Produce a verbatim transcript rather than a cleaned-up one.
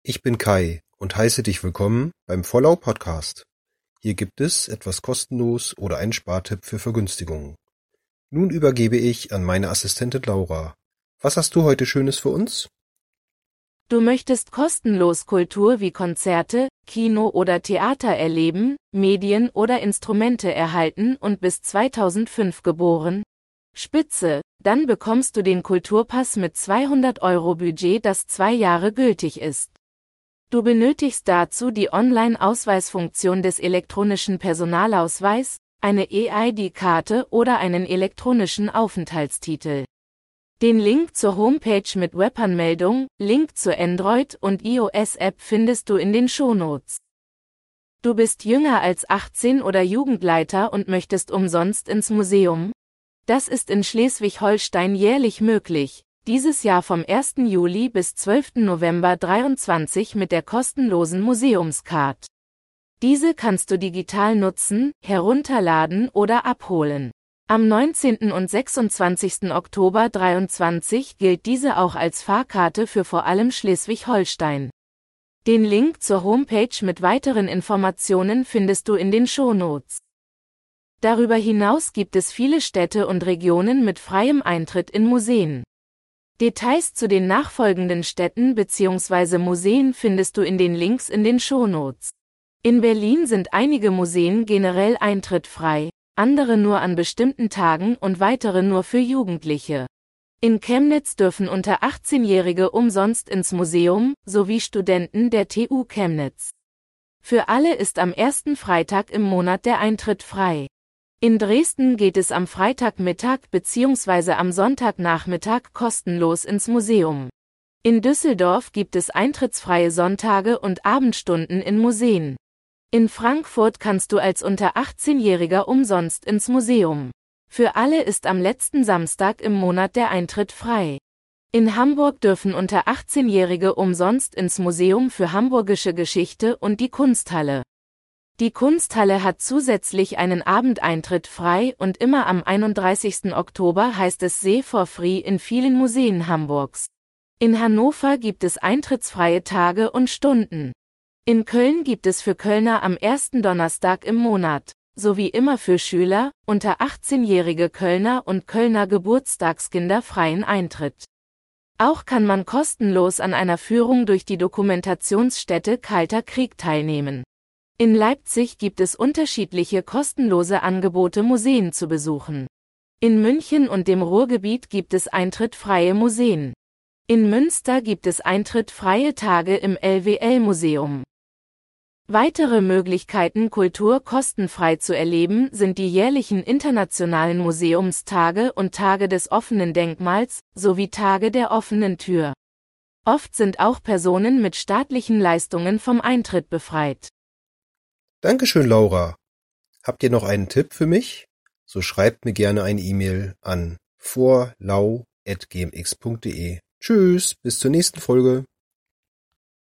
Ich bin Kai und heiße dich willkommen beim Vollau Podcast. Hier gibt es etwas kostenlos oder einen Spartipp für Vergünstigungen. Nun übergebe ich an meine Assistentin Laura. Was hast du heute Schönes für uns? Du möchtest kostenlos Kultur wie Konzerte, Kino oder Theater erleben, Medien oder Instrumente erhalten und bist zweitausendfünf geboren? Spitze, dann bekommst du den Kulturpass mit zweihundert Euro Budget, das zwei Jahre gültig ist. Du benötigst dazu die Online-Ausweisfunktion des elektronischen Personalausweis, eine E I D-Karte oder einen elektronischen Aufenthaltstitel. Den Link zur Homepage mit Webanmeldung, Link zur Android- und iOS-App findest du in den Shownotes. Du bist jünger als achtzehn oder Jugendleiter und möchtest umsonst ins Museum? Das ist in Schleswig-Holstein jährlich möglich. Dieses Jahr vom ersten Juli bis zwölften November dreiundzwanzig mit der kostenlosen Museumscard. Diese kannst du digital nutzen, herunterladen oder abholen. Am neunzehnten und sechsundzwanzigsten Oktober dreiundzwanzig gilt diese auch als Fahrkarte für vor allem Schleswig-Holstein. Den Link zur Homepage mit weiteren Informationen findest du in den Shownotes. Darüber hinaus gibt es viele Städte und Regionen mit freiem Eintritt in Museen. Details zu den nachfolgenden Städten bzw. Museen findest du in den Links in den Shownotes. In Berlin sind einige Museen generell eintrittfrei, andere nur an bestimmten Tagen und weitere nur für Jugendliche. In Chemnitz dürfen unter achtzehnjährige umsonst ins Museum, sowie Studenten der T U Chemnitz. Für alle ist am ersten Freitag im Monat der Eintritt frei. In Dresden geht es am Freitagmittag bzw. am Sonntagnachmittag kostenlos ins Museum. In Düsseldorf gibt es eintrittsfreie Sonntage und Abendstunden in Museen. In Frankfurt kannst du als unter achtzehnjähriger umsonst ins Museum. Für alle ist am letzten Samstag im Monat der Eintritt frei. In Hamburg dürfen unter achtzehnjährige umsonst ins Museum für Hamburgische Geschichte und die Kunsthalle. Die Kunsthalle hat zusätzlich einen Abendeintritt frei und immer am einunddreißigsten Oktober heißt es See for Free in vielen Museen Hamburgs. In Hannover gibt es eintrittsfreie Tage und Stunden. In Köln gibt es für Kölner am ersten Donnerstag im Monat, sowie immer für Schüler, unter achtzehnjährige Kölner und Kölner Geburtstagskinder freien Eintritt. Auch kann man kostenlos an einer Führung durch die Dokumentationsstätte Kalter Krieg teilnehmen. In Leipzig gibt es unterschiedliche kostenlose Angebote, Museen zu besuchen. In München und dem Ruhrgebiet gibt es eintrittfreie Museen. In Münster gibt es eintrittfreie Tage im L W L-Museum. Weitere Möglichkeiten, Kultur kostenfrei zu erleben, sind die jährlichen internationalen Museumstage und Tage des offenen Denkmals, sowie Tage der offenen Tür. Oft sind auch Personen mit staatlichen Leistungen vom Eintritt befreit. Dankeschön, Laura. Habt ihr noch einen Tipp für mich? So schreibt mir gerne eine E-Mail an vorlau at gmx punkt de. Tschüss, bis zur nächsten Folge.